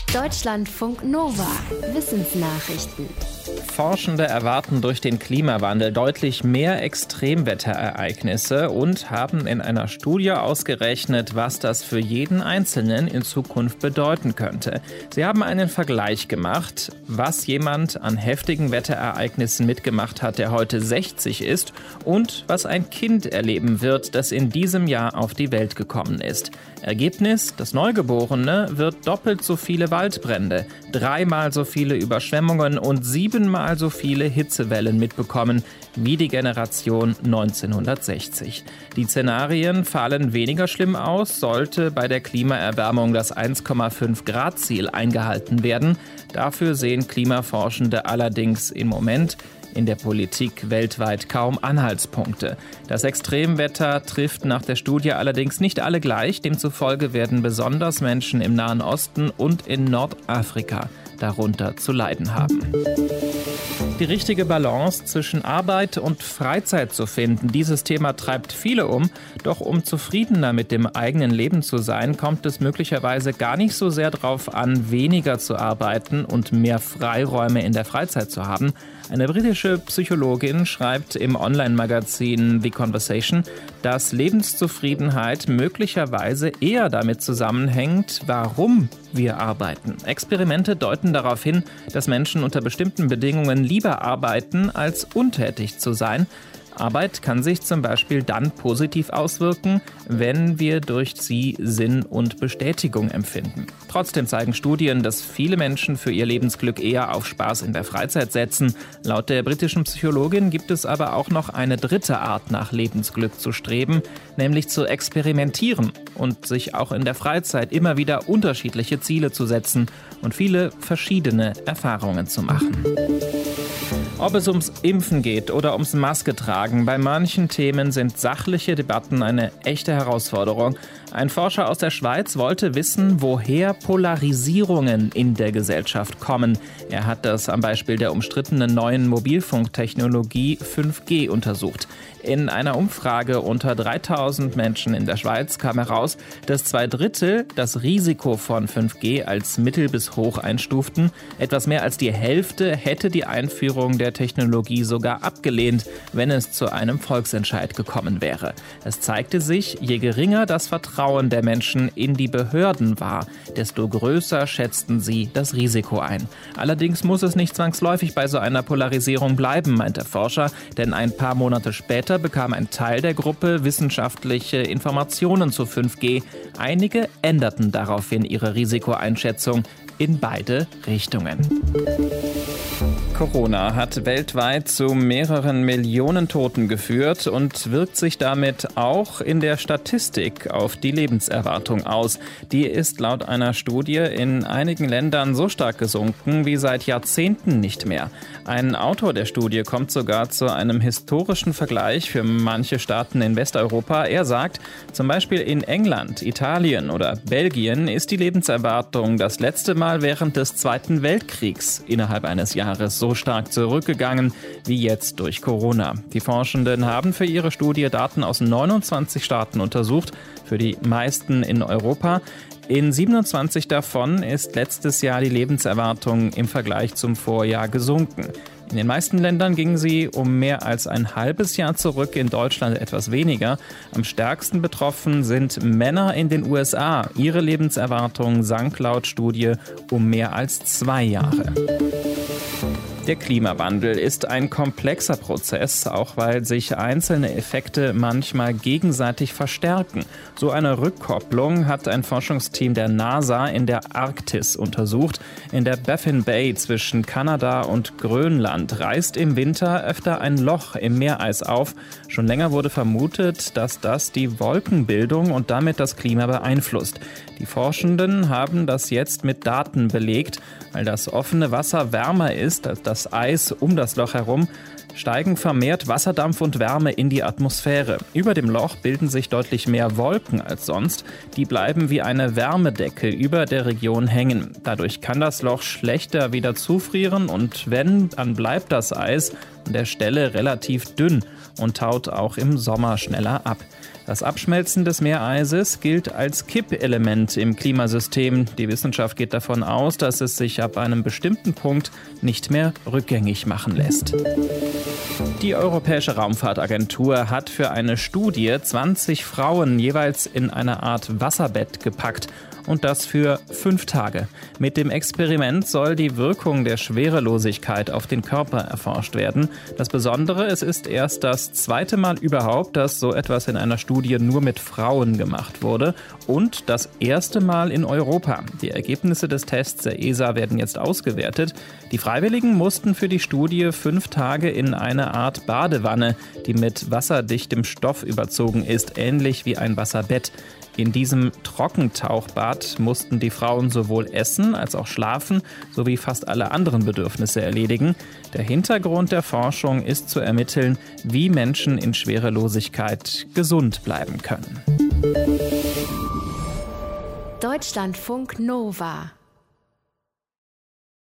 Deutschlandfunk Nova. Wissensnachrichten. Forschende erwarten durch den Klimawandel deutlich mehr Extremwetterereignisse und haben in einer Studie ausgerechnet, was das für jeden Einzelnen in Zukunft bedeuten könnte. Sie haben einen Vergleich gemacht, was jemand an heftigen Wetterereignissen mitgemacht hat, der heute 60 ist, und was ein Kind erleben wird, das in diesem Jahr auf die Welt gekommen ist. Ergebnis: Das Neugeborene wird doppelt so viele Waldbrände, 3-mal so viele Überschwemmungen und 7-mal so viele Hitzewellen mitbekommen wie die Generation 1960. Die Szenarien fallen weniger schlimm aus, sollte bei der Klimaerwärmung das 1,5-Grad-Ziel eingehalten werden. Dafür sehen Klimaforschende allerdings im Moment in der Politik weltweit kaum Anhaltspunkte. Das Extremwetter trifft nach der Studie allerdings nicht alle gleich. Demzufolge werden besonders Menschen im Nahen Osten und in Nordafrika darunter zu leiden haben. Die richtige Balance zwischen Arbeit und Freizeit zu finden, dieses Thema treibt viele um. Doch um zufriedener mit dem eigenen Leben zu sein, kommt es möglicherweise gar nicht so sehr darauf an, weniger zu arbeiten und mehr Freiräume in der Freizeit zu haben. Eine britische Psychologin schreibt im Online-Magazin The Conversation, dass Lebenszufriedenheit möglicherweise eher damit zusammenhängt, warum wir arbeiten. Experimente deuten darauf hin, dass Menschen unter bestimmten Bedingungen lieber arbeiten, als untätig zu sein. Arbeit kann sich zum Beispiel dann positiv auswirken, wenn wir durch sie Sinn und Bestätigung empfinden. Trotzdem zeigen Studien, dass viele Menschen für ihr Lebensglück eher auf Spaß in der Freizeit setzen. Laut der britischen Psychologin gibt es aber auch noch eine dritte Art, nach Lebensglück zu streben, nämlich zu experimentieren und sich auch in der Freizeit immer wieder unterschiedliche Ziele zu setzen und viele verschiedene Erfahrungen zu machen. Ob es ums Impfen geht oder ums Maske tragen, bei manchen Themen sind sachliche Debatten eine echte Herausforderung. Ein Forscher aus der Schweiz wollte wissen, woher Polarisierungen in der Gesellschaft kommen. Er hat das am Beispiel der umstrittenen neuen Mobilfunktechnologie 5G untersucht. In einer Umfrage unter 3000 Menschen in der Schweiz kam heraus, dass 2/3 das Risiko von 5G als mittel bis hoch einstuften. Etwas mehr als die Hälfte hätte die Einführung der Technologie sogar abgelehnt, wenn es zu einem Volksentscheid gekommen wäre. Es zeigte sich, je geringer das Vertrauen der Menschen in die Behörden war, desto größer schätzten sie das Risiko ein. Allerdings muss es nicht zwangsläufig bei so einer Polarisierung bleiben, meint der Forscher, denn ein paar Monate später bekam ein Teil der Gruppe wissenschaftliche Informationen zu 5G. Einige änderten daraufhin ihre Risikoeinschätzung in beide Richtungen. Corona hat weltweit zu mehreren Millionen Toten geführt und wirkt sich damit auch in der Statistik auf die Lebenserwartung aus. Die ist laut einer Studie in einigen Ländern so stark gesunken wie seit Jahrzehnten nicht mehr. Ein Autor der Studie kommt sogar zu einem historischen Vergleich für manche Staaten in Westeuropa. Er sagt, zum Beispiel in England, Italien oder Belgien ist die Lebenserwartung das letzte Mal während des Zweiten Weltkriegs innerhalb eines Jahres so stark zurückgegangen wie jetzt durch Corona. Die Forschenden haben für ihre Studie Daten aus 29 Staaten untersucht, für die meisten in Europa. In 27 davon ist letztes Jahr die Lebenserwartung im Vergleich zum Vorjahr gesunken. In den meisten Ländern ging sie um mehr als ein halbes Jahr zurück, in Deutschland etwas weniger. Am stärksten betroffen sind Männer in den USA. Ihre Lebenserwartung sank laut Studie um mehr als 2 Jahre. Der Klimawandel ist ein komplexer Prozess, auch weil sich einzelne Effekte manchmal gegenseitig verstärken. So eine Rückkopplung hat ein Forschungsteam der NASA in der Arktis untersucht. In der Baffin Bay zwischen Kanada und Grönland reißt im Winter öfter ein Loch im Meereis auf. Schon länger wurde vermutet, dass das die Wolkenbildung und damit das Klima beeinflusst. Die Forschenden haben das jetzt mit Daten belegt. Weil das offene Wasser wärmer ist als das Eis um das Loch herum, steigen vermehrt Wasserdampf und Wärme in die Atmosphäre. Über dem Loch bilden sich deutlich mehr Wolken als sonst. Die bleiben wie eine Wärmedecke über der Region hängen. Dadurch kann das Loch schlechter wieder zufrieren und wenn, dann bleibt das Eis an der Stelle relativ dünn und taut auch im Sommer schneller ab. Das Abschmelzen des Meereises gilt als Kippelement im Klimasystem. Die Wissenschaft geht davon aus, dass es sich ab einem bestimmten Punkt nicht mehr rückgängig machen lässt. Die Europäische Raumfahrtagentur hat für eine Studie 20 Frauen jeweils in eine Art Wasserbett gepackt. Und das für 5 Tage. Mit dem Experiment soll die Wirkung der Schwerelosigkeit auf den Körper erforscht werden. Das Besondere, es ist erst das 2. Mal überhaupt, dass so etwas in einer Studie nur mit Frauen gemacht wurde. Und das 1. Mal in Europa. Die Ergebnisse des Tests der ESA werden jetzt ausgewertet. Die Freiwilligen mussten für die Studie 5 Tage in eine Art Badewanne, die mit wasserdichtem Stoff überzogen ist, ähnlich wie ein Wasserbett. In diesem Trockentauchbad mussten die Frauen sowohl essen als auch schlafen sowie fast alle anderen Bedürfnisse erledigen. Der Hintergrund der Forschung ist zu ermitteln, wie Menschen in Schwerelosigkeit gesund bleiben können. Deutschlandfunk Nova